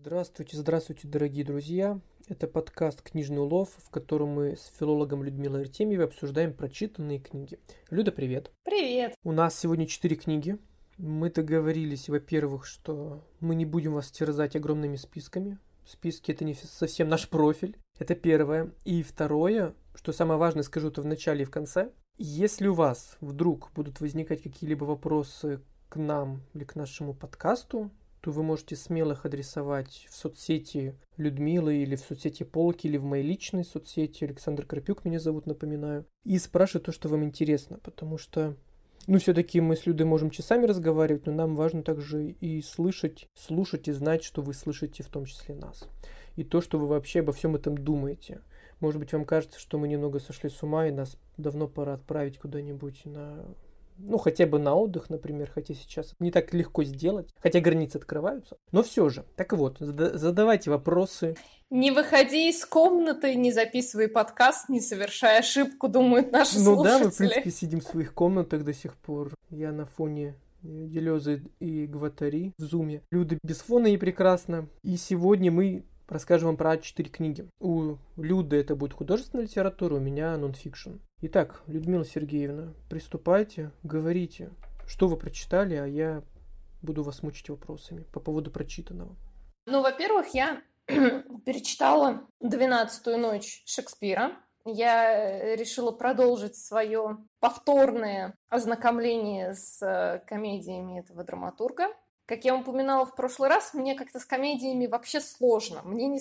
Здравствуйте, здравствуйте, дорогие друзья. Это подкаст «Книжный улов», в котором мы с филологом Людмилой Артемьевой обсуждаем прочитанные книги. Люда, привет. Привет. У нас сегодня 4 книги. Мы договорились, во-первых, что мы не будем вас терзать огромными списками. Списки — это не совсем наш профиль. Это первое. И второе, что самое важное, скажу это в начале и в конце. Если у вас вдруг будут возникать какие-либо вопросы к нам или к нашему подкасту, то вы можете смело их адресовать в соцсети Людмилы или в соцсети Полки, или в моей личной соцсети. Александр Карпюк меня зовут, напоминаю. И спрашивать то, что вам интересно, потому что, все-таки мы с Людой можем часами разговаривать, но нам важно также и слышать, слушать и знать, что вы слышите в том числе нас. И то, что вы вообще обо всем этом думаете. Может быть, вам кажется, что мы немного сошли с ума, и нас давно пора отправить куда-нибудь хотя бы на отдых, например, хотя сейчас не так легко сделать, хотя границы открываются. Но все же, так вот, задавайте вопросы. Не выходи из комнаты, не записывай подкаст, не совершай ошибку, думают наши слушатели. Да, мы, в принципе, сидим в своих комнатах до сих пор. Я на фоне Делезы и Гватари в зуме. Люда без фона и прекрасно. И сегодня мы расскажем вам про 4 книги. У Люды это будет художественная литература, у меня нонфикшн. Итак, Людмила Сергеевна, приступайте, говорите, что вы прочитали, а я буду вас мучить вопросами по поводу прочитанного. Во-первых, я перечитала «12-ю ночь» Шекспира. Я решила продолжить свое повторное ознакомление с комедиями этого драматурга. Как я упоминала в прошлый раз, мне как-то с комедиями вообще сложно.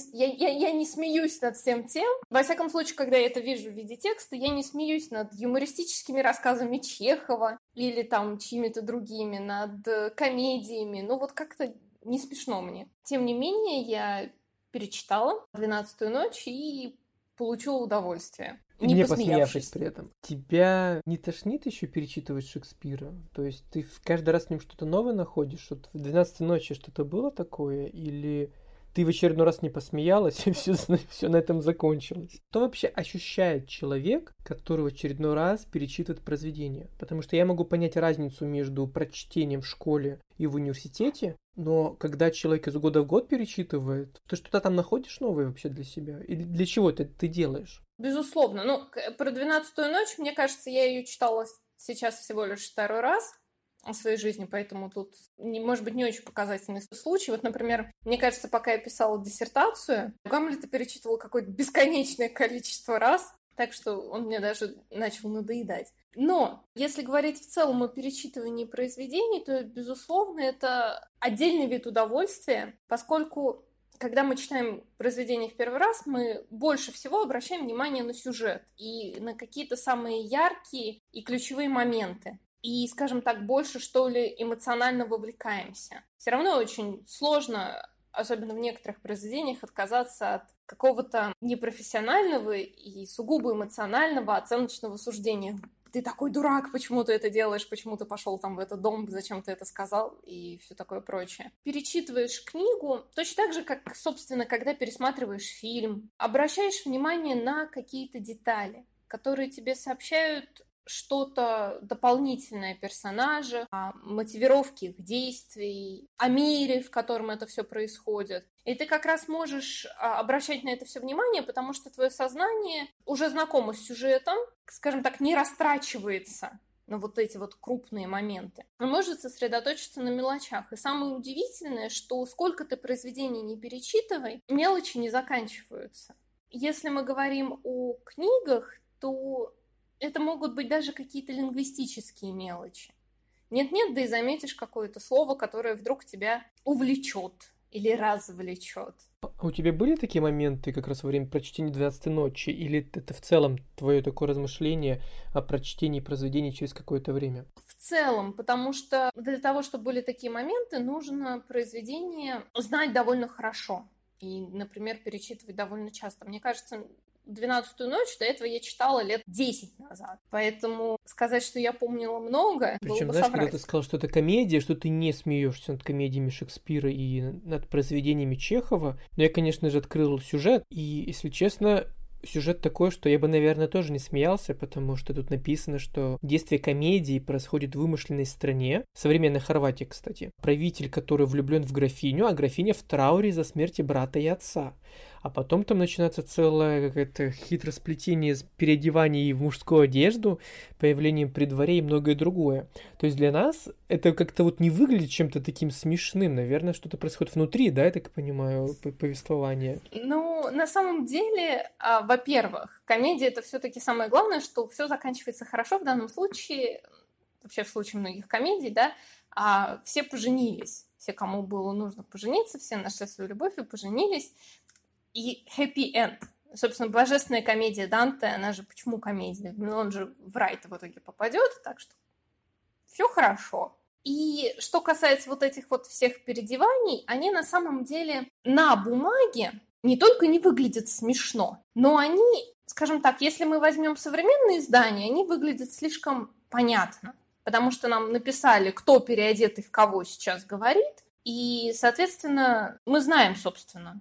Я не смеюсь над всем тем. Во всяком случае, когда я это вижу в виде текста, я не смеюсь над юмористическими рассказами Чехова или там чьими-то другими, над комедиями. Как-то не смешно мне. Тем не менее, я перечитала «12-ю ночь» и получила удовольствие. Не посмеявшись при этом. Тебя не тошнит еще перечитывать Шекспира? То есть ты каждый раз с ним что-то новое находишь? Вот в 12 ночи что-то было такое? Или ты в очередной раз не посмеялась, и все на этом закончилось? Что вообще ощущает человек, который в очередной раз перечитывает произведение? Потому что я могу понять разницу между прочтением в школе и в университете, но когда человек из года в год перечитывает, ты что-то там находишь новое вообще для себя? Или для чего это ты делаешь? Безусловно. Про «12-ю ночь», мне кажется, я ее читала сейчас всего лишь второй раз в своей жизни, поэтому тут, может быть, не очень показательный случай. Например, мне кажется, пока я писала диссертацию, Гамлета перечитывала какое-то бесконечное количество раз, так что он мне даже начал надоедать. Но если говорить в целом о перечитывании произведений, то, безусловно, это отдельный вид удовольствия, поскольку когда мы читаем произведение в первый раз, мы больше всего обращаем внимание на сюжет и на какие-то самые яркие и ключевые моменты. И, скажем так, больше, что ли, эмоционально вовлекаемся. Все равно очень сложно, особенно в некоторых произведениях, отказаться от какого-то непрофессионального и сугубо эмоционального оценочного суждения. Ты такой дурак, почему ты это делаешь, почему ты пошел там в этот дом, зачем ты это сказал и все такое прочее. Перечитываешь книгу точно так же, как, собственно, когда пересматриваешь фильм. Обращаешь внимание на какие-то детали, которые тебе сообщают что-то дополнительное персонажа, о мотивировке их действий, о мире, в котором это все происходит. И ты как раз можешь обращать на это все внимание, потому что твое сознание уже знакомо с сюжетом, скажем так, не растрачивается на эти крупные моменты. Он может сосредоточиться на мелочах. И самое удивительное, что сколько ты произведений не перечитывай, мелочи не заканчиваются. Если мы говорим о книгах, то это могут быть даже какие-то лингвистические мелочи. Нет-нет, да и заметишь какое-то слово, которое вдруг тебя увлечет или развлечет. А у тебя были такие моменты как раз во время прочтения 12 ночи? Или это в целом твое такое размышление о прочтении произведений через какое-то время? В целом, потому что для того, чтобы были такие моменты, нужно произведение знать довольно хорошо. И, например, перечитывать довольно часто. Мне кажется, 12-ю ночь до этого я читала лет 10 назад. Поэтому сказать, что я помнила много, причем, было бы знаешь, соврать. когда ты сказал, что это комедия, что ты не смеешься над комедиями Шекспира и над произведениями Чехова, но я, конечно же, открыл сюжет, и, если честно, сюжет такой, что я бы, наверное, тоже не смеялся, потому что тут написано, что действие комедии происходит в вымышленной стране, современной Хорватии, кстати. Правитель, который влюблен в графиню, а графиня в трауре за смерти брата и отца. А потом там начинается целое какое-то хитросплетение с переодеванием в мужскую одежду, появлением при дворе и многое другое. То есть для нас это как-то вот не выглядит чем-то таким смешным. Наверное, что-то происходит внутри, да, я так понимаю, повествование. Ну, на самом деле, во-первых, комедия — это все-таки самое главное, что все заканчивается хорошо в данном случае, вообще в случае многих комедий, да, все поженились. Все, кому было нужно пожениться, все нашли свою любовь и поженились. И happy end. Собственно, божественная комедия Данте, она же почему комедия? Он же в рай-то в итоге попадет, так что все хорошо. И что касается вот этих вот всех переодеваний, они на самом деле на бумаге не только не выглядят смешно, но они, скажем так, если мы возьмем современные издания, они выглядят слишком понятно, потому что нам написали, кто переодетый в кого сейчас говорит, и, соответственно, мы знаем, собственно,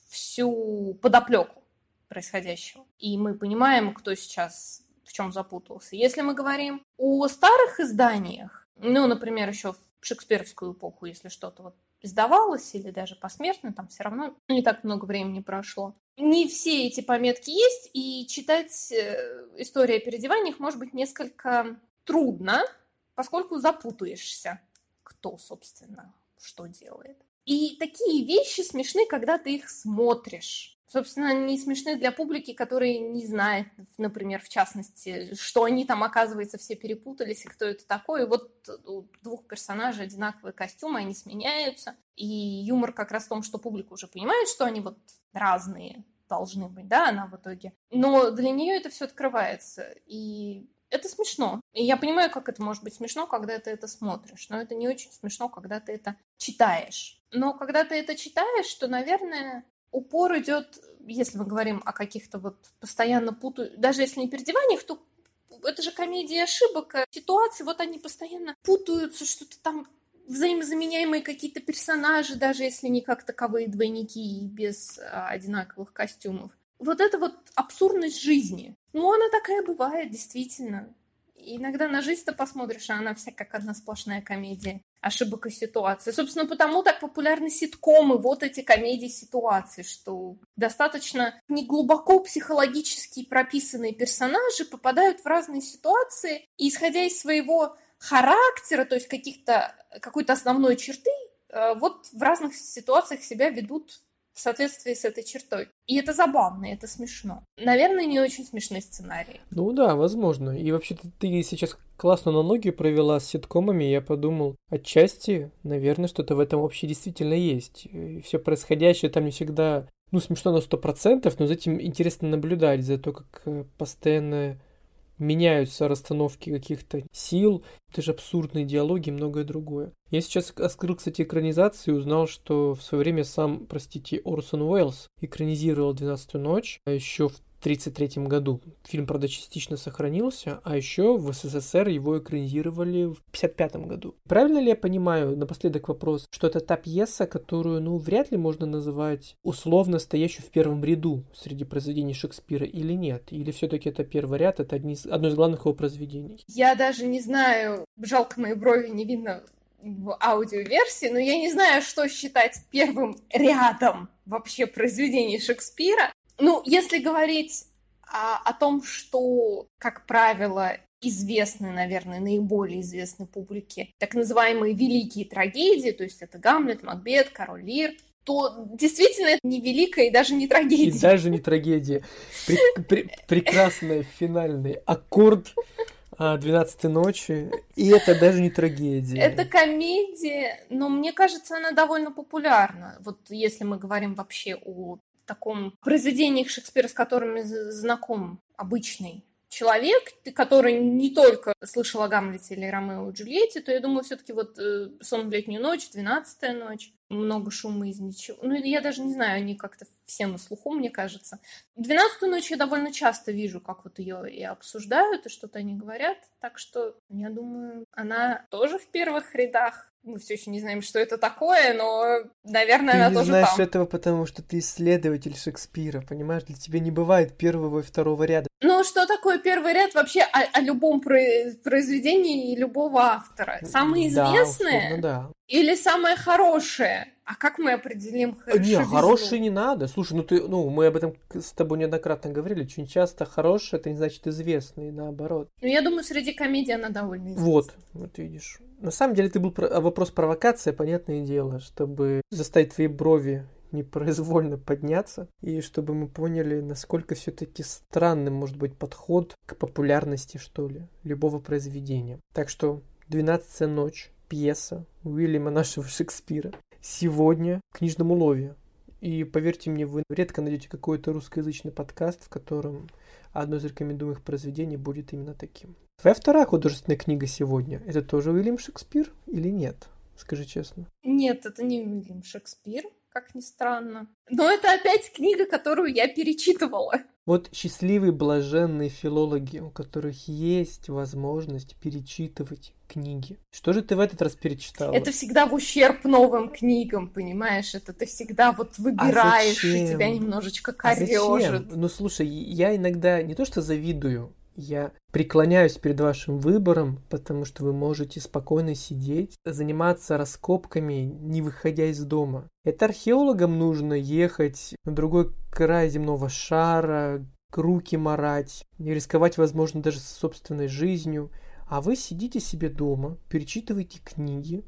всю подоплеку происходящего. И мы понимаем, кто сейчас в чем запутался. Если мы говорим о старых изданиях, ну, например, еще в шекспировскую эпоху, если что-то вот издавалось, или даже посмертно, там все равно не так много времени прошло. Не все эти пометки есть, и читать историю о переодеваниях может быть несколько трудно, поскольку запутаешься, кто, собственно, что делает. И такие вещи смешны, когда ты их смотришь. Собственно, они смешны для публики, которая не знает, например, в частности, что они там, оказывается, все перепутались, и кто это такой. И вот у двух персонажей одинаковые костюмы, они сменяются. И юмор как раз в том, что публика уже понимает, что они вот разные должны быть, да, она в итоге. Но для нее это все открывается. И это смешно. И я понимаю, как это может быть смешно, когда ты это смотришь. Но это не очень смешно, когда ты это читаешь. Но когда ты это читаешь, то, наверное, упор идет, если мы говорим о каких-то вот постоянно даже если не переодеваниях, то это же комедия ошибок, ситуации, вот они постоянно путаются, что-то там взаимозаменяемые какие-то персонажи, даже если не как таковые двойники и без одинаковых костюмов. Вот это вот абсурдность жизни. Ну, она такая бывает, действительно. Иногда на жизнь-то посмотришь, а она вся как одна сплошная комедия ошибок и ситуаций. Собственно, потому так популярны ситкомы, вот эти комедии ситуаций, что достаточно неглубоко психологически прописанные персонажи попадают в разные ситуации, и, исходя из своего характера, то есть какой-то основной черты, вот в разных ситуациях себя ведут в соответствии с этой чертой. И это забавно, и это смешно. Наверное, не очень смешные сценарии. Ну да, возможно. И вообще-то ты сейчас классную аналогию провела с ситкомами, я подумал, отчасти, наверное, что-то в этом вообще действительно есть. Все происходящее там не всегда, смешно на 100%, но за этим интересно наблюдать, за то, как постоянно меняются расстановки каких-то сил, это же абсурдные диалоги и многое другое. Я сейчас открыл, кстати, экранизацию и узнал, что в свое время сам, Орсон Уэллс экранизировал «12-ю ночь», а еще в 1933 году. Фильм, правда, частично сохранился, а еще в СССР его экранизировали в 1955 году. Правильно ли я понимаю, напоследок вопрос, что это та пьеса, которую, вряд ли можно называть условно стоящей в первом ряду среди произведений Шекспира или нет? Или все-таки это первый ряд, это одно из главных его произведений? Я даже не знаю, жалко, мои брови не видно в аудиоверсии, но я не знаю, что считать первым рядом вообще произведений Шекспира. Если говорить о том, что, как правило, известны, наверное, наиболее известны публике так называемые великие трагедии, то есть это Гамлет, Макбет, Король Лир, то действительно это не великая и даже не трагедия. И даже не трагедия. Прекрасный финальный аккорд 12-й ночи, и это даже не трагедия. Это комедия, но мне кажется, она довольно популярна. Вот если мы говорим вообще о таком произведении Шекспира, с которыми знаком обычный человек, который не только слышал о Гамлете или Ромео и Джульетте, то я думаю, все-таки вот «Сон в летнюю ночь», «12-я ночь», много шума из ничего. Ну, я даже не знаю, они как-то все на слуху, мне кажется. «12-ю ночь» я довольно часто вижу, как вот ее и обсуждают, и что-то они говорят. Так что, я думаю, она тоже в первых рядах. Мы все еще не знаем, что это такое, но, наверное, Ты она не тоже знаешь там. этого, потому что ты исследователь Шекспира, понимаешь? Для тебя не бывает первого и второго ряда. Ну, что такое первый ряд вообще о любом произведении любого автора? Самое Да, условно, известное да. или самое хорошее? А как мы определим Не, хорошо без хороший зло? не надо. Слушай, мы об этом с тобой неоднократно говорили. Очень часто хороший, это не значит известный, наоборот. Ну, я думаю, среди комедий она довольно Вот, известна. вот видишь. На самом деле ты был вопрос провокация, понятное дело, чтобы заставить твои брови непроизвольно подняться, и чтобы мы поняли, насколько все-таки странным может быть подход к популярности, что ли, любого произведения. Так что «12-я ночь», пьеса Уильяма нашего Шекспира, сегодня в книжном улове. И поверьте мне, вы редко найдете какой-то русскоязычный подкаст, в котором одно из рекомендуемых произведений будет именно таким. Твоя вторая художественная книга сегодня — это тоже Уильям Шекспир или нет? Скажи честно. Нет, это не Уильям Шекспир, как ни странно. Но это опять книга, которую я перечитывала. Вот счастливые, блаженные филологи, у которых есть возможность перечитывать книги. Что же ты в этот раз перечитала? Это всегда в ущерб новым книгам, понимаешь? Это ты всегда вот выбираешь, и зачем? тебя немножечко Зачем? корёжит. Ну слушай, я иногда не то что завидую, я преклоняюсь перед вашим выбором, потому что вы можете спокойно сидеть, заниматься раскопками, не выходя из дома. Это археологам нужно ехать на другой край земного шара, руки марать, не рисковать, возможно, даже собственной жизнью. А вы сидите себе дома, перечитываете книги,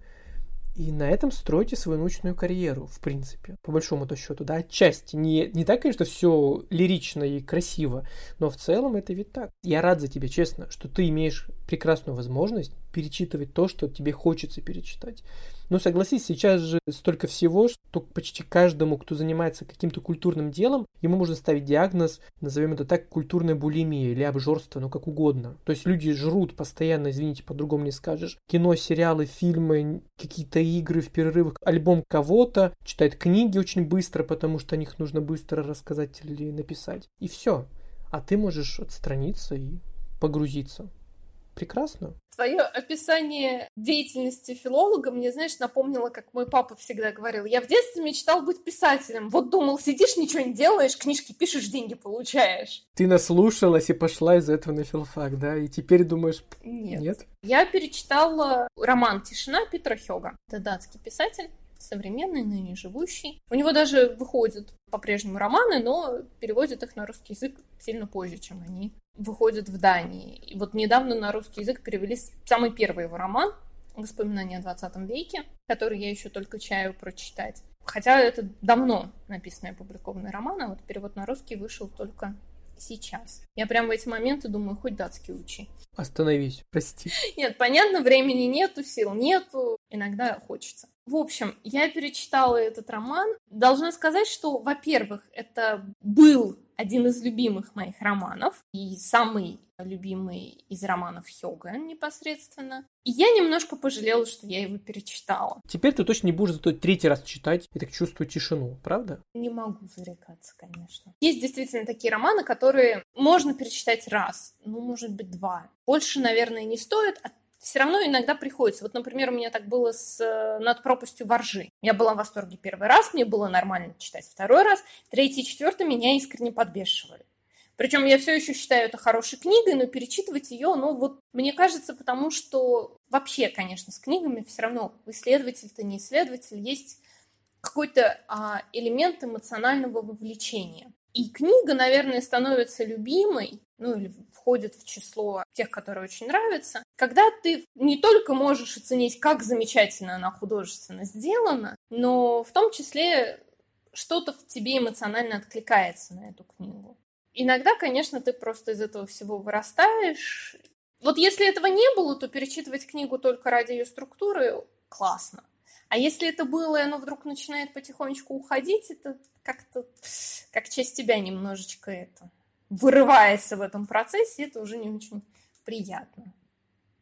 и на этом строите свою научную карьеру, в принципе, по большому-то счету, да, отчасти. Не так, конечно, все лирично и красиво, но в целом это ведь так. Я рад за тебя, честно, что ты имеешь прекрасную возможность перечитывать то, что тебе хочется перечитать. Но согласись, сейчас же столько всего, что почти каждому, кто занимается каким-то культурным делом, ему можно ставить диагноз, назовем это так, культурная булимия или обжорство, ну как угодно. То есть люди жрут постоянно, извините, по-другому не скажешь, кино, сериалы, фильмы, какие-то игры в перерывах, альбом кого-то, читают книги очень быстро, потому что о них нужно быстро рассказать или написать. И все. А ты можешь отстраниться и погрузиться. Прекрасно. Твое описание деятельности филолога мне, знаешь, напомнило, как мой папа всегда говорил. Я в детстве мечтал быть писателем. Вот думал, сидишь, ничего не делаешь, книжки пишешь, деньги получаешь. Ты наслушалась и пошла из этого на филфак, да? И теперь думаешь, нет? Я перечитала роман «Тишина» Питера Хёга. Это датский писатель, современный, ныне живущий. У него даже выходят по-прежнему романы, но переводят их на русский язык сильно позже, чем они выходят в Дании. И вот недавно на русский язык перевели самый первый его роман «Воспоминания о 20 веке», который я еще только чаю прочитать. Хотя это давно написанный и опубликованный роман, а вот перевод на русский вышел только сейчас. Я прям в эти моменты думаю, хоть датский учи. Остановись, прости. Нет, понятно, времени нету, сил нету, иногда хочется. В общем, я перечитала этот роман. Должна сказать, что, во-первых, это был один из любимых моих романов и самый любимый из романов Хёга непосредственно. И я немножко пожалела, что я его перечитала. Теперь ты точно не будешь зато третий раз читать, я так чувствую тишину, правда? Не могу зарекаться, конечно. Есть действительно такие романы, которые можно перечитать раз, ну, может быть, два. Больше, наверное, не стоит, а все равно иногда приходится. Вот, например, у меня так было с «Над пропастью во ржи». Я была в восторге первый раз, мне было нормально читать второй раз, третий и четвертый меня искренне подбешивали. Причем я все еще считаю это хорошей книгой, но перечитывать ее, ну вот, мне кажется, потому что вообще, конечно, с книгами все равно исследователь ты не исследователь, есть какой-то элемент эмоционального вовлечения. И книга, наверное, становится любимой, ну или входит в число тех, которые очень нравятся, когда ты не только можешь оценить, как замечательно она художественно сделана, но в том числе что-то в тебе эмоционально откликается на эту книгу. Иногда, конечно, ты просто из этого всего вырастаешь. Вот если этого не было, то перечитывать книгу только ради ее структуры классно. А если это было, и оно вдруг начинает потихонечку уходить, это как-то как часть тебя немножечко вырывается в этом процессе, это уже не очень приятно.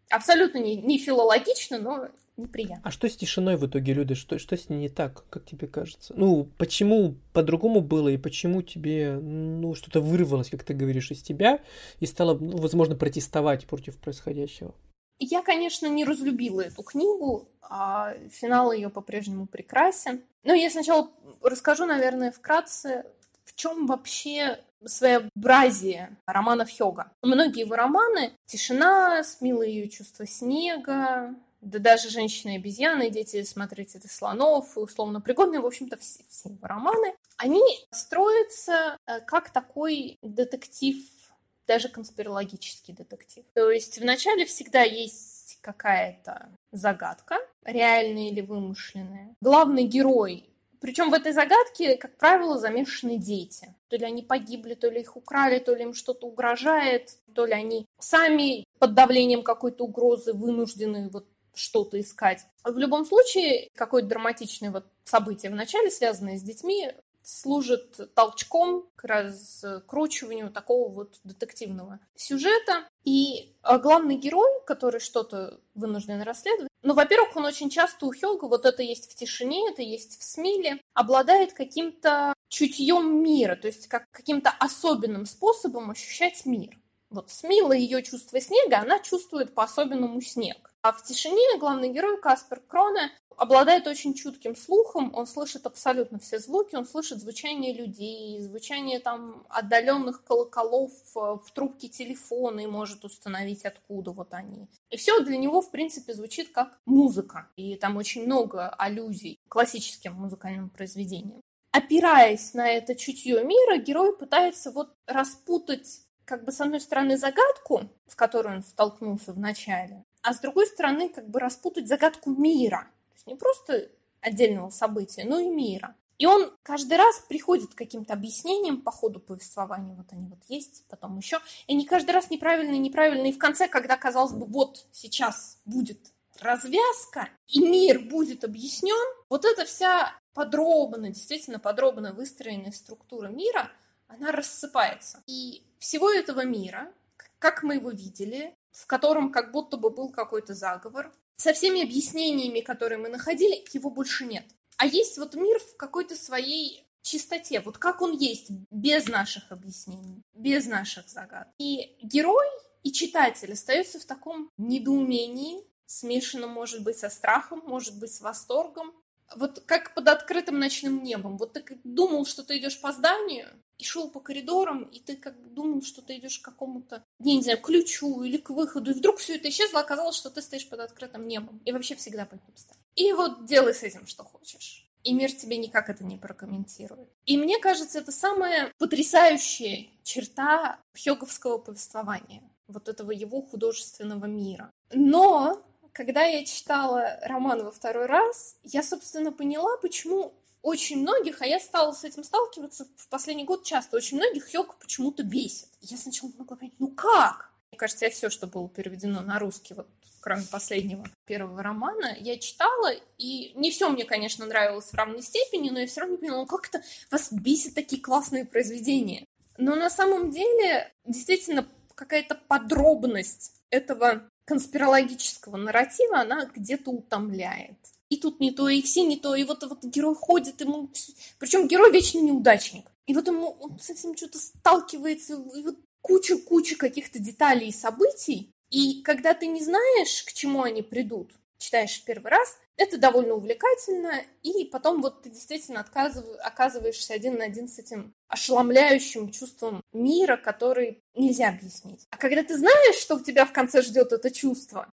Абсолютно не филологично, но неприятно. А что с тишиной в итоге, Люда? Что с ней не так, как тебе кажется? Ну, почему по-другому было, и почему тебе, что-то вырвалось, как ты говоришь, из тебя, и стало, возможно, протестовать против происходящего? Я, конечно, не разлюбила эту книгу, а финал ее по-прежнему прекрасен. Но я сначала расскажу, наверное, вкратце, в чем вообще своеобразие романов Хёга. Многие его романы «Тишина», «Смелое ее чувство снега», да даже «Женщины и обезьяны», «Дети, смотрите, это слонов», и «Условно пригодные», в общем-то, все его романы, они строятся как такой детектив, даже конспирологический детектив. То есть вначале всегда есть какая-то загадка, реальная или вымышленная. Главный герой, причем в этой загадке, как правило, замешаны дети. То ли они погибли, то ли их украли, то ли им что-то угрожает, то ли они сами под давлением какой-то угрозы вынуждены что-то искать. В любом случае, какое-то драматичное событие в начале, связанное с детьми, служит толчком к раскручиванию такого детективного сюжета. И главный герой, который что-то вынужден расследовать, во-первых, он очень часто у Хёга, это есть в «Тишине», это есть в «Смиле», обладает каким-то чутьем мира, то есть каким-то особенным способом ощущать мир. Смила, ее чувство снега, она чувствует по-особенному снег. А в «Тишине» главный герой Каспер Кроне обладает очень чутким слухом, он слышит абсолютно все звуки, он слышит звучание людей, звучание отдаленных колоколов в трубке телефона и может установить, откуда они. И все для него, в принципе, звучит как музыка. И там очень много аллюзий к классическим музыкальным произведениям. Опираясь на это чутье мира, герой пытается распутать, с одной стороны, загадку, с которой он столкнулся в начале, а с другой стороны, распутать загадку мира. Не просто отдельного события, но и мира. И он каждый раз приходит к каким-то объяснениям по ходу повествования. Они есть, потом еще. И они каждый раз неправильные. И в конце, когда, казалось бы, сейчас будет развязка, и мир будет объяснен, эта вся действительно подробно выстроенная структура мира, она рассыпается. И всего этого мира, как мы его видели, в котором как будто бы был какой-то заговор, со всеми объяснениями, которые мы находили, его больше нет. А есть мир в какой-то своей чистоте, как он есть, без наших объяснений, без наших загадок. И герой, и читатель остаются в таком недоумении, смешанном, может быть, со страхом, может быть, с восторгом. Как под открытым ночным небом. Ты думал, что ты идешь по зданию, и шел по коридорам, и ты думал, что ты идешь к какому-то, не знаю, ключу или к выходу, и вдруг все это исчезло, оказалось, что ты стоишь под открытым небом, и вообще всегда под ним стоишь. И делай с этим, что хочешь. И мир тебе никак это не прокомментирует. И мне кажется, это самая потрясающая черта хёговского повествования, этого его художественного мира. Но когда я читала роман во второй раз, я, собственно, поняла, почему очень многих, а я стала с этим сталкиваться в последний год часто, очень многих Хёг почему-то бесит. Я сначала не могла понять, как? Мне кажется, я все, что было переведено на русский, кроме последнего первого романа, я читала, и не все мне, конечно, нравилось в равной степени, но я все равно не поняла, как это вас бесит такие классные произведения. Но на самом деле, действительно, какая-то подробность этого конспирологического нарратива, она где-то утомляет. И тут не то, и все не то, и герой ходит, ему... Причем герой вечно неудачник. И ему он со всем что-то сталкивается, и куча каких-то деталей и событий. И когда ты не знаешь, к чему они придут, читаешь в первый раз, это довольно увлекательно, и потом ты действительно оказываешься один на один с этим ошеломляющим чувством мира, который нельзя объяснить. А когда ты знаешь, что в тебя в конце ждет это чувство,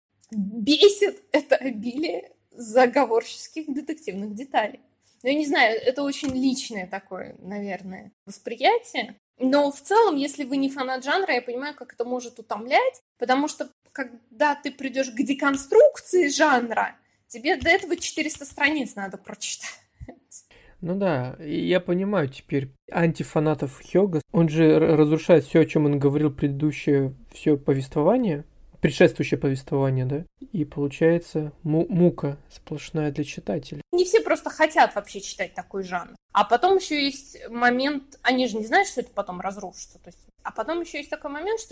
бесит это обилие заговорческих детективных деталей. Я не знаю, это очень личное такое, наверное, восприятие. Но в целом, если вы не фанат жанра, я понимаю, как это может утомлять, потому что когда ты придешь к деконструкции жанра, тебе до этого 400 страниц надо прочитать. Ну да, я понимаю теперь антифанатов Хёга. Он же разрушает все, о чем он говорил предыдущее, все повествование, предшествующее повествование, да? И получается мука сплошная для читателя. Не все просто хотят вообще читать такой жанр. А потом еще есть момент, они же не знают, что это потом разрушится. А потом еще есть такой момент, что Хёг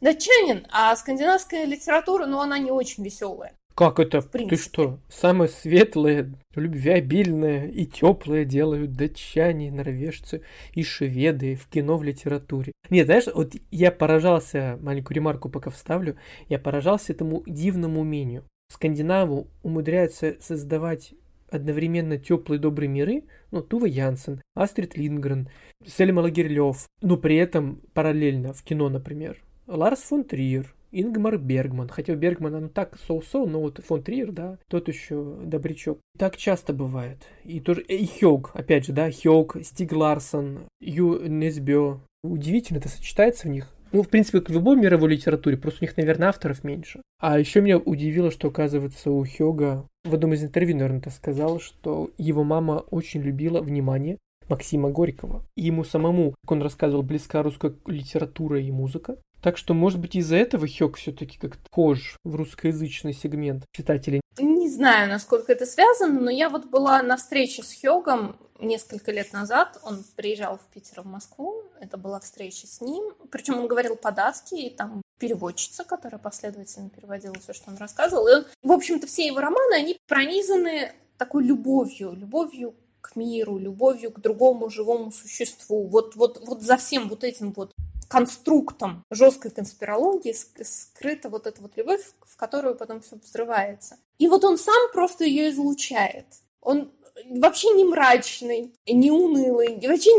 датчанин, а скандинавская литература, ну, она не очень веселая. Как это? В Ты принципе. что? Самое светлое, любвеобильное и теплое делают датчане, норвежцы и шведы в кино, в литературе. Нет, знаешь, вот я поражался, маленькую ремарку пока вставлю, я поражался этому дивному умению. Скандинавы умудряются создавать одновременно теплые добрые миры, ну, Тува Янсен, Астрид Линдгрен, Сельма Лагерлёв, но при этом параллельно в кино, например, Ларс фон Триер, Ингмар Бергман. Хотя у Бергмана ну так соу-соу, но вот фон Триер, да, тот еще добрячок. Так часто бывает. И тоже и Хёг, опять же, да, Хёг, Стиг Ларсон, Ю Несбё. Удивительно это сочетается в них. Ну, в принципе, как в любой мировой литературе, просто у них, наверное, авторов меньше. А еще меня удивило, что, оказывается, у Хёга в одном из интервью, наверное, это сказал, что его мама очень любила, внимание, Максима Горького. И ему самому, как он рассказывал, близка русская литература и музыка. Так что, может быть, из-за этого Хёг все-таки как-то вхож в русскоязычный сегмент читателей. Не знаю, насколько это связано, но я вот была на встрече с Хёгом несколько лет назад. Он приезжал в Питер, в Москву. Это была встреча с ним. Причем он говорил по-датски, и там переводчица, которая последовательно переводила все, что он рассказывал. И он, в общем-то, все его романы, они пронизаны такой любовью к миру, любовью к другому живому существу. Вот за всем вот этим вот конструктом жесткой конспирологии скрыта вот эта вот любовь, в которую потом все взрывается. И вот он сам просто ее излучает. Он вообще не мрачный, не унылый, вообще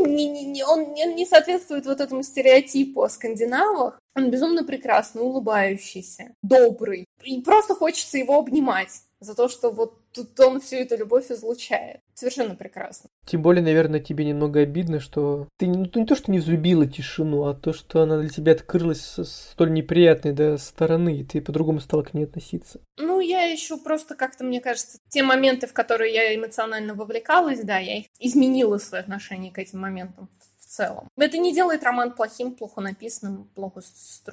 он не соответствует вот этому стереотипу о скандинавах. Он безумно прекрасный, улыбающийся, добрый. И просто хочется его обнимать за то, что вот тут он всю эту любовь излучает. Совершенно прекрасно. Тем более, наверное, тебе немного обидно, что ты не то, что не взлюбила тишину, а то, что она для тебя открылась с столь неприятной стороны, и ты по-другому стала к ней относиться. Ну, я ищу просто как-то, мне кажется, те моменты, в которые я эмоционально вовлекалась, да, я их изменила свое отношение к этим моментам в целом. Это не делает роман плохим, плохо написанным, плохо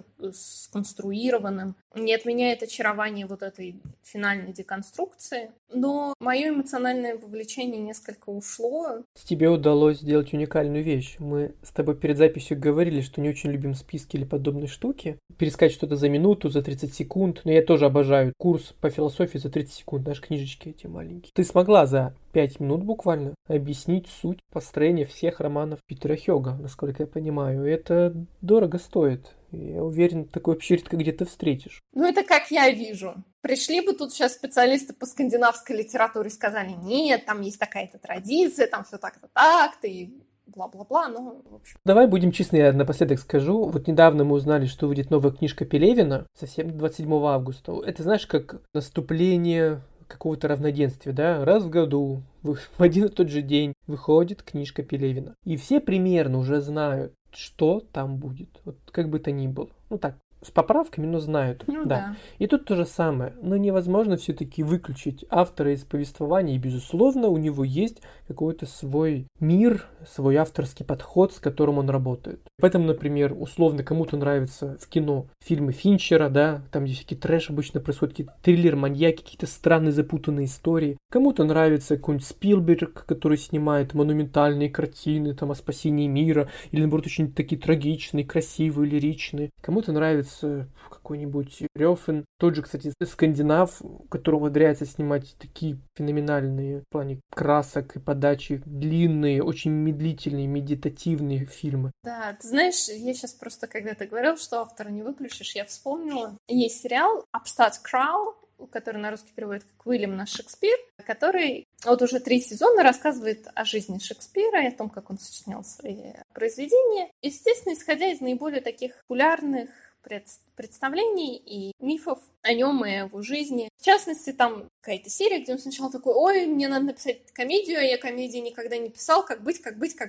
сконструированным, не отменяет очарование вот этой финальной деконструкции, но мое эмоциональное вовлечение несколько ушло. Тебе удалось сделать уникальную вещь. Мы с тобой перед записью говорили, что не очень любим списки или подобные штуки. Перескать что-то за минуту, за 30 секунд. Но я тоже обожаю курс по философии за 30 секунд. Наши книжечки эти маленькие. Ты смогла за 5 минут буквально объяснить суть построения всех романов Питера Хёга, насколько я понимаю. И это дорого стоит. Я уверен, такой вообще редко где-то встретишь. Ну, это как я вижу. Пришли бы тут сейчас специалисты по скандинавской литературе и сказали, нет, там есть такая-то традиция, там все так-то так-то, и бла-бла-бла, ну, в общем. Давай будем честны, я напоследок скажу. Вот недавно мы узнали, что выйдет новая книжка Пелевина, совсем 27 августа. Это, знаешь, как наступление какого-то равноденствия, да? Раз в году, в один и тот же день выходит книжка Пелевина. И все примерно уже знают, что там будет. Вот как бы то ни было. Ну так, с поправками, но знают. Ну, да. да. И тут то же самое. Но невозможно все-таки выключить автора из повествования. И, безусловно, у него есть какой-то свой мир, свой авторский подход, с которым он работает. Поэтому, например, условно кому-то нравятся в кино фильмы Финчера, да, там где всякий трэш обычно происходит, какие-то триллер, маньяки, какие-то странные запутанные истории. Кому-то нравится какой-нибудь Спилберг, который снимает монументальные картины там о спасении мира, или, наоборот, очень такие трагичные, красивые, лиричные. Кому-то нравится какой-нибудь Рёфен, тот же, кстати, скандинав, который умудряется снимать такие феноменальные в плане красок и подачи, длинные, очень медлительные, медитативные фильмы. Да, ты знаешь, я сейчас просто, когда ты говорил, что автора не выключишь, я вспомнила. Есть сериал «Upstart Crow», который на русский переводит как «Уильям наш Шекспир», который вот уже 3 сезона рассказывает о жизни Шекспира и о том, как он сочинял свои произведения. Естественно, исходя из наиболее таких популярных представлений и мифов о нем и о его жизни. В частности, там какая-то серия, где он сначала такой, ой, мне надо написать комедию, а я комедии никогда не писал, как быть.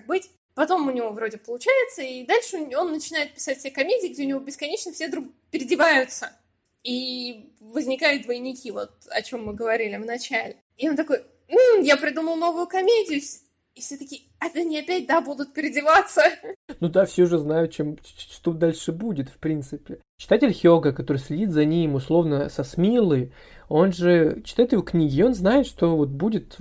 Потом у него вроде получается, и дальше он начинает писать все комедии, где у него бесконечно все друг переодеваются. И возникают двойники, вот о чем мы говорили в начале. И он такой, я придумал новую комедию. И все такие, они опять, да, будут переодеваться. Ну да, все уже знают, что дальше будет, в принципе. Читатель Хёга, который следит за ним, условно, со Смилой, он же читает его книги, и он знает, что вот будет вот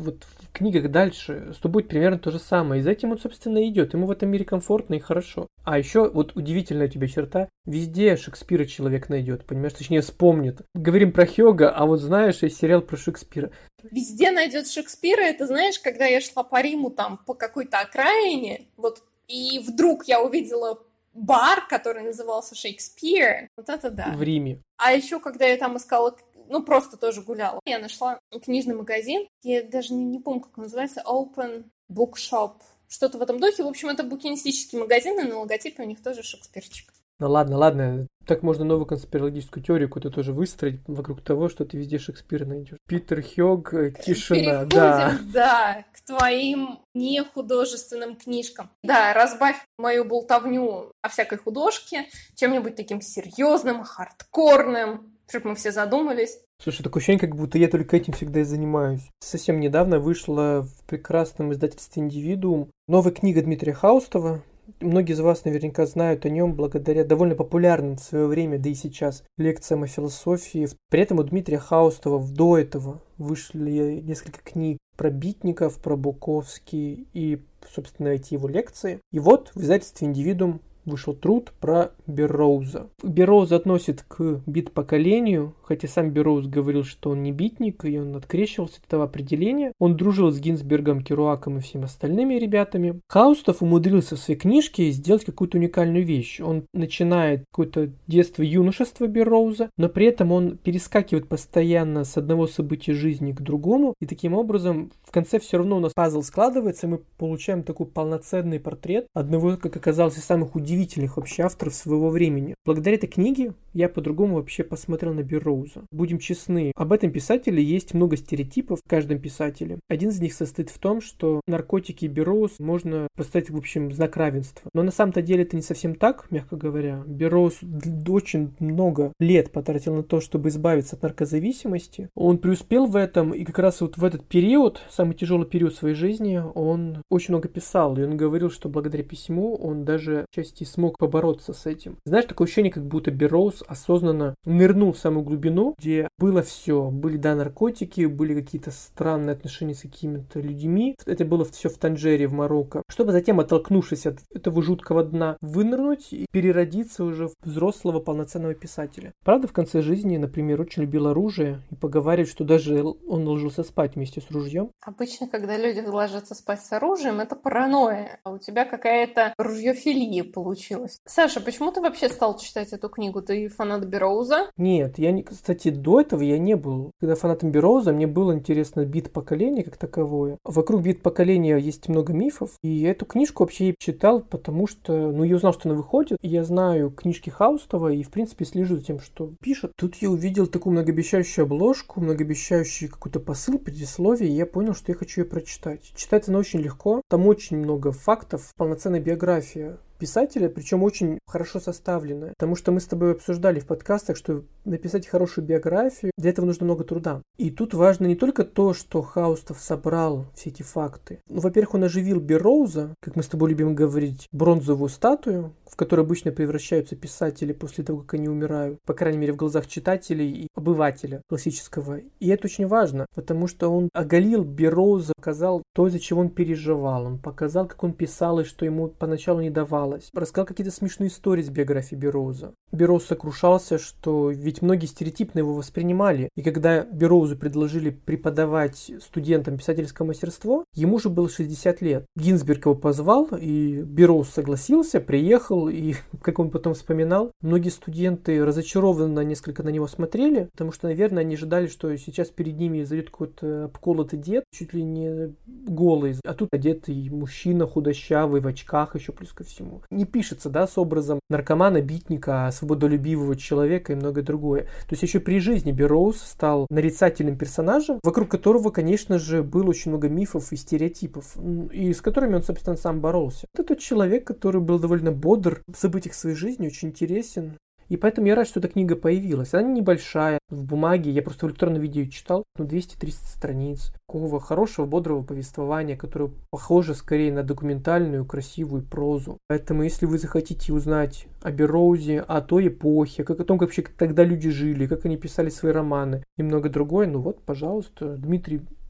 в книгах дальше с тобой примерно то же самое. И за этим он, собственно, и идет. Ему в этом мире комфортно и хорошо. А еще вот удивительная у тебя черта. Везде Шекспира человек найдет, понимаешь? Точнее, вспомнит. Говорим про Хёга, а вот знаешь, есть сериал про Шекспира. Везде найдет Шекспира. Это знаешь, когда я шла по Риму там по какой-то окраине, вот, и вдруг я увидела бар, который назывался Шекспир. Вот это да. В Риме. А еще, когда я там искала, ну, просто тоже гуляла, я нашла книжный магазин, я даже не помню, как он называется, Open Bookshop, что-то в этом духе. В общем, это букинистический магазин, и на логотипе у них тоже Шекспирчик. Ну ладно. Так можно новую конспирологическую теорию какую-то тоже выстроить вокруг того, что ты везде Шекспира найдешь. Питер Хёг, тишина, Переходим, да, к твоим нехудожественным книжкам. Да, разбавь мою болтовню о всякой художке чем-нибудь таким серьезным, хардкорным, чтобы мы все задумались. Слушай, такое ощущение, как будто я только этим всегда и занимаюсь. Совсем недавно вышла в прекрасном издательстве «Индивидуум» новая книга Дмитрия Хаустова. Многие из вас наверняка знают о нем благодаря довольно популярным в свое время, да и сейчас, лекциям о философии. При этом у Дмитрия Хаустова до этого вышли несколько книг про Битников, про Буковский и, собственно, эти его лекции. И вот в издательстве «Индивидуум» вышел труд про Берроуза. Берроуз относит к бит-поколению, хотя сам Берроуз говорил, что он не битник, и он открещивался от этого определения. Он дружил с Гинзбергом, Керуаком и всеми остальными ребятами. Хаустов умудрился в своей книжке сделать какую-то уникальную вещь. Он начинает какое-то детство, юношество Берроуза, но при этом он перескакивает постоянно с одного события жизни к другому, и таким образом в конце все равно у нас пазл складывается, и мы получаем такой полноценный портрет одного, как оказалось, из самых удивительных вообще авторов своего времени. Благодаря этой книге я по-другому вообще посмотрел на Берроуза. Будем честны, об этом писателе есть много стереотипов в каждом писателе. Один из них состоит в том, что наркотики и Берроуз можно поставить, в общем, знак равенства. Но на самом-то деле это не совсем так, мягко говоря. Берроуз очень много лет потратил на то, чтобы избавиться от наркозависимости. Он преуспел в этом, и как раз вот в этот период, самый тяжелый период своей жизни, он очень много писал. И он говорил, что благодаря письму он даже части смог побороться с этим. Знаешь, такое ощущение, как будто Берроуз осознанно нырнул в самую глубину, где было все. Были, да, наркотики, были какие-то странные отношения с какими-то людьми. Это было все в Танжере, в Марокко. Чтобы затем, оттолкнувшись от этого жуткого дна, вынырнуть и переродиться уже в взрослого полноценного писателя. Правда, в конце жизни, например, очень любил оружие и поговаривает, что даже он ложился спать вместе с ружьем. Обычно, когда люди ложатся спать с оружием, это паранойя. А у тебя какая-то ружьёфилия получилась. Саша, почему ты вообще стал читать эту книгу? Ты фанат Берроуза? Нет, кстати, до этого я не был. Когда фанатом Берроуза, мне было интересно бит-поколение как таковое. Вокруг бит-поколения есть много мифов. И эту книжку вообще я читал, потому что, я узнал, что она выходит. И я знаю книжки Хаустова и, в принципе, слежу за тем, что пишет. Тут я увидел такую многообещающую обложку, многообещающий какой-то посыл, предисловие, и я понял, что я хочу ее прочитать. Читать она очень легко. Там очень много фактов, полноценная биография писателя, причем очень хорошо составленная. Потому что мы с тобой обсуждали в подкастах, что написать хорошую биографию, для этого нужно много труда. И тут важно не только то, что Хаустов собрал все эти факты. Во-первых, он оживил Берроуза, как мы с тобой любим говорить, бронзовую статую, в которую обычно превращаются писатели после того, как они умирают. По крайней мере, в глазах читателей и обывателя классического. И это очень важно, потому что он оголил Берроуза, показал то, из-за чего он переживал. Он показал, как он писал и что ему поначалу не давалось. Рассказал какие-то смешные истории с биографии Берроуза. Берроуз сокрушался, что ведь многие стереотипно его воспринимали. И когда Берроузу предложили преподавать студентам писательское мастерство, ему же было 60 лет. Гинзберг его позвал, и Берроуз согласился, приехал, и, как он потом вспоминал, многие студенты разочарованно несколько на него смотрели, потому что, наверное, они ожидали, что сейчас перед ними зайдет какой-то обколотый дед, чуть ли не голый, а тут одетый мужчина худощавый, в очках еще плюс ко всему. Не пишется, да, с образом наркомана, битника, свободолюбивого человека и многое другое. То есть еще при жизни Берроуз стал нарицательным персонажем, вокруг которого, конечно же, было очень много мифов и стереотипов, и с которыми он, собственно, сам боролся. Это тот человек, который был довольно бодр в событиях своей жизни, очень интересен. И поэтому я рад, что эта книга появилась. Она небольшая, в бумаге, я просто в электронном виде ее читал, 200-300 страниц. Такого хорошего, бодрого повествования, которое похоже скорее на документальную, красивую прозу. Поэтому, если вы захотите узнать о Берроузе, о той эпохе, о том, как вообще тогда люди жили, как они писали свои романы и многое другое, пожалуйста, Дмитрий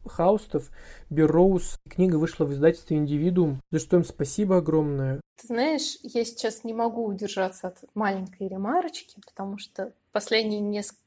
Хаустов, Берроуз. Книга вышла в издательстве «Индивидуум», за что им спасибо огромное. Ты знаешь, я сейчас не могу удержаться от маленькой ремарочки, потому что последнюю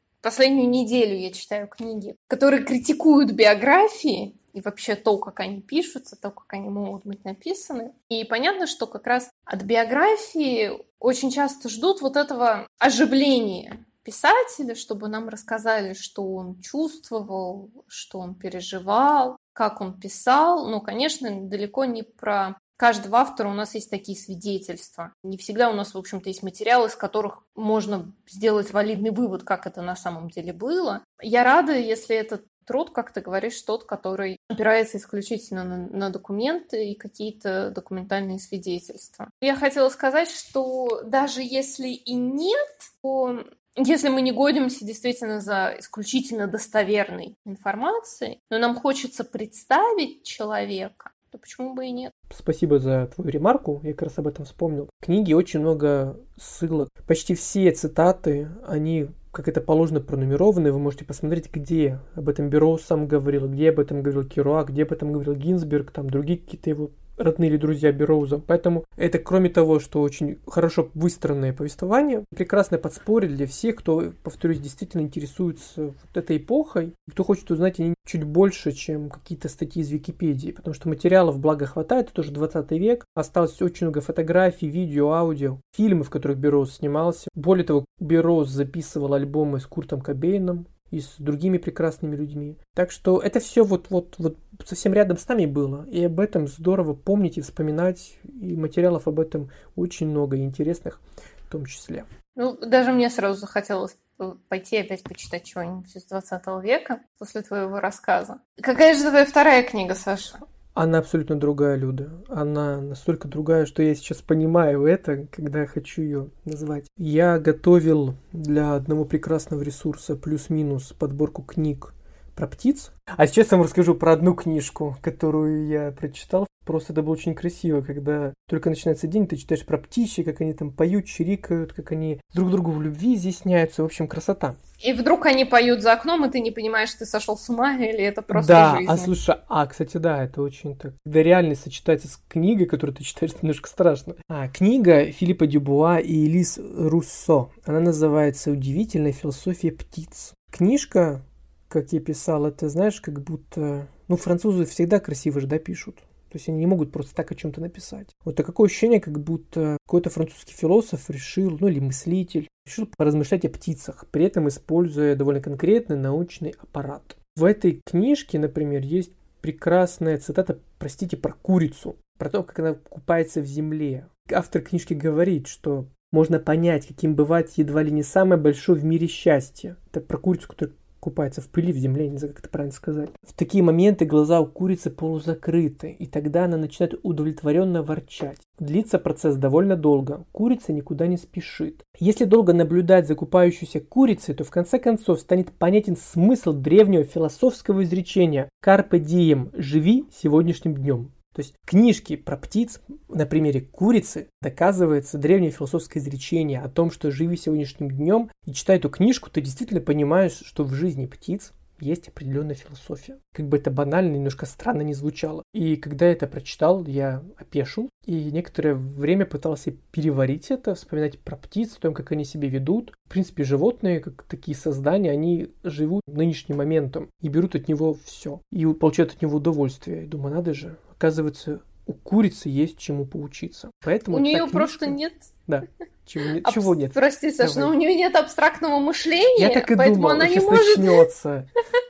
неделю я читаю книги, которые критикуют биографии и вообще то, как они пишутся, то, как они могут быть написаны. И понятно, что как раз от биографии очень часто ждут вот этого оживления писателя, чтобы нам рассказали, что он чувствовал, что он переживал, как он писал. Но, конечно, далеко не про каждого автора у нас есть такие свидетельства. Не всегда у нас, в общем-то, есть материалы, из которых можно сделать валидный вывод, как это на самом деле было. Я рада, если этот труд, как ты говоришь, тот, который опирается исключительно на документы и какие-то документальные свидетельства. Я хотела сказать, что даже если и нет, то если мы не годимся действительно за исключительно достоверной информацией, но нам хочется представить человека, то почему бы и нет? Спасибо за твою ремарку, я как раз об этом вспомнил. В книге очень много ссылок. Почти все цитаты, они, как это положено, пронумерованы. Вы можете посмотреть, где об этом Берроуз сам говорил, где об этом говорил Керуак, где об этом говорил Гинзберг, там другие какие-то его родные или друзья Берроуза. Поэтому это, кроме того, что очень хорошо выстроенное повествование, прекрасное подспорье для всех, кто, повторюсь, действительно интересуется вот этой эпохой, кто хочет узнать о ней чуть больше, чем какие-то статьи из Википедии, потому что материалов, благо, хватает, это тоже 20 век, осталось очень много фотографий, видео, аудио, фильмы, в которых Берроуз снимался. Более того, Берроуз записывал альбомы с Куртом Кобейном и с другими прекрасными людьми. Так что это все вот совсем рядом с нами было. И об этом здорово помнить и вспоминать. И материалов об этом очень много, и интересных в том числе. Ну, даже мне сразу захотелось пойти опять почитать чего-нибудь из 20 века после твоего рассказа. Какая же твоя вторая книга, Саша? Она абсолютно другая, Люда. Она настолько другая, что я сейчас понимаю это, когда хочу ее назвать. Я готовил для одного прекрасного ресурса плюс-минус подборку книг про птиц. А сейчас я вам расскажу про одну книжку, которую я прочитал. Просто это было очень красиво, когда только начинается день, ты читаешь про птичьи, как они там поют, чирикают, как они друг другу в любви изъясняются. В общем, красота. И вдруг они поют за окном, и ты не понимаешь, ты сошел с ума или это просто жизнь. Да, слушай, кстати, да, это очень так. Когда реальность сочетается с книгой, которую ты читаешь, это немножко страшно. Книга Филиппа Дюбуа и Элис Руссо. Она называется «Удивительная философия птиц». Книжка, как я писал, это, знаешь, как будто... французы всегда красиво же, да, пишут. То есть они не могут просто так о чем-то написать. Вот такое ощущение, как будто какой-то французский философ решил, или мыслитель, решил поразмышлять о птицах, при этом используя довольно конкретный научный аппарат. В этой книжке, например, есть прекрасная цитата, про курицу, про то, как она купается в земле. Автор книжки говорит, что можно понять, каким бывает едва ли не самое большое в мире счастье. Это про курицу, которая купается в пыли, в земле, не знаю, как это правильно сказать. В такие моменты глаза у курицы полузакрыты, и тогда она начинает удовлетворенно ворчать. Длится процесс довольно долго, курица никуда не спешит. Если долго наблюдать за купающейся курицей, то в конце концов станет понятен смысл древнего философского изречения «Carpe diem» – «Живи сегодняшним днем». То есть книжки про птиц на примере курицы доказывается древнее философское изречение о том, что живи сегодняшним днем, и читая эту книжку, ты действительно понимаешь, что в жизни птиц есть определенная философия. Как бы это банально, немножко странно не звучало. И когда я это прочитал, я опешил, и некоторое время пытался переварить это, вспоминать про птиц, о том, как они себя ведут. В принципе, животные, как такие создания, они живут нынешним моментом и берут от него все. И получают от него удовольствие. Я думаю, надо же. Оказывается, у курицы есть чему поучиться. Поэтому у нее книжка... просто нет... Да. Чего нет? Прости, Саш, но у нее нет абстрактного мышления, я так и поэтому думал, она не сейчас может... начнется.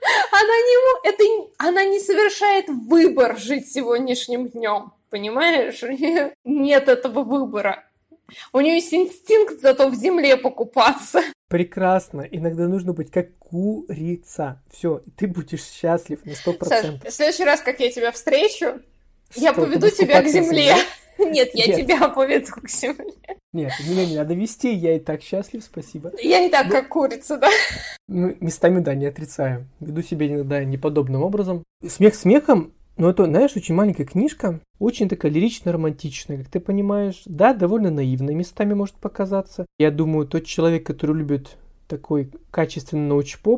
Она не совершает выбор жить сегодняшним днем, понимаешь? У нее нет этого выбора. У нее есть инстинкт зато в земле покупаться. Прекрасно. Иногда нужно быть как курица. Все, ты будешь счастлив на 100%. Саш, в следующий раз, как я тебя встречу, я поведу тебя к земле. Нет, я тебя поведу к земле. Нет, меня не надо вести, я и так счастлив, спасибо. Я и так как курица, да? Местами, да, не отрицаю. Веду себя иногда неподобным образом. Смех смехом, но это, знаешь, очень маленькая книжка, очень такая лирично-романтичная, как ты понимаешь. Да, довольно наивной местами может показаться. Я думаю, тот человек, который любит такой качественный научпоп,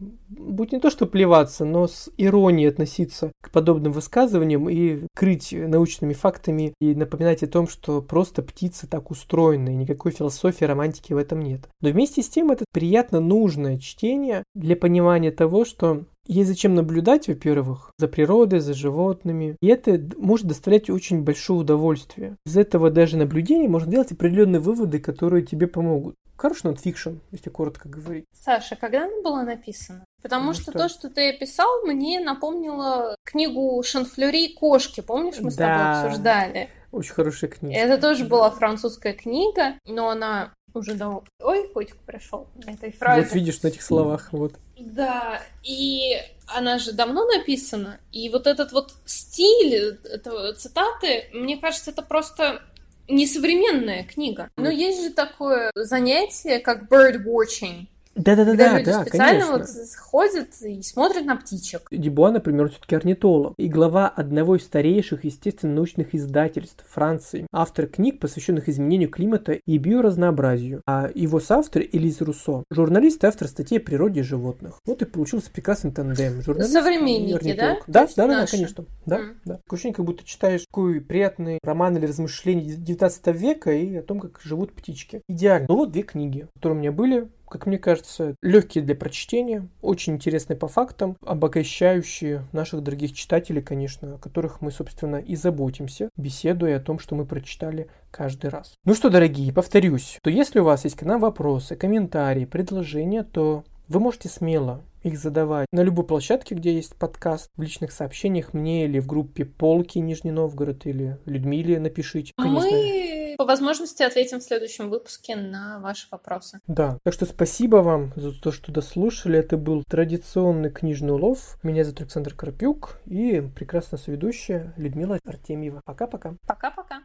будет не то что плеваться, но с иронией относиться к подобным высказываниям и крыть научными фактами и напоминать о том, что просто птицы так устроены, и никакой философии, романтики в этом нет. Но вместе с тем это приятно нужное чтение для понимания того, что есть зачем наблюдать, во-первых, за природой, за животными. И это может доставлять очень большое удовольствие. Из этого даже наблюдения можно делать определенные выводы, которые тебе помогут. Хороший нонфикшн, если коротко говорить. Саша, когда она была написана? Потому что то, что ты описал, мне напомнило книгу Шанфлюри «Кошки». Помнишь, мы с тобой обсуждали? Очень хорошая книга. Это тоже была французская книга, но она уже давно... Ой, котик пришел на этой фразе. Вот видишь на этих словах, вот. Да, и она же давно написана, и вот этот вот стиль цитаты, мне кажется, это просто несовременная книга. Но есть же такое занятие, как bird watching. Да, люди специально конечно. вот ходят и смотрят на птичек. Дюбуа, например, все-таки орнитолог и глава одного из старейших естественно-научных издательств Франции, автор книг, посвященных изменению климата и биоразнообразию, а его соавтор Элиз Руссо, журналист и автор статей о природе животных. Вот и получился прекрасный тандем. Журналист современники, и орнитолог. Да, конечно. Да. Такое ощущение, как будто читаешь такой приятный роман или размышления 19 века и о том, как живут птички. Идеально. Ну вот две книги, которые у меня были. Как мне кажется, легкие для прочтения, очень интересные по фактам, обогащающие наших дорогих читателей, конечно, о которых мы, собственно, и заботимся, беседуя о том, что мы прочитали каждый раз. Ну что, дорогие, повторюсь, то если у вас есть к нам вопросы, комментарии, предложения, то вы можете смело их задавать на любой площадке, где есть подкаст, в личных сообщениях мне или в группе Полки Нижний Новгород или Людмиле напишите. Конечно. Мы по возможности ответим в следующем выпуске на ваши вопросы. Да, так что спасибо вам за то, что дослушали. Это был традиционный книжный улов. Меня зовут Александр Карпюк и прекрасная соведущая Людмила Артемьева. Пока-пока. Пока-пока.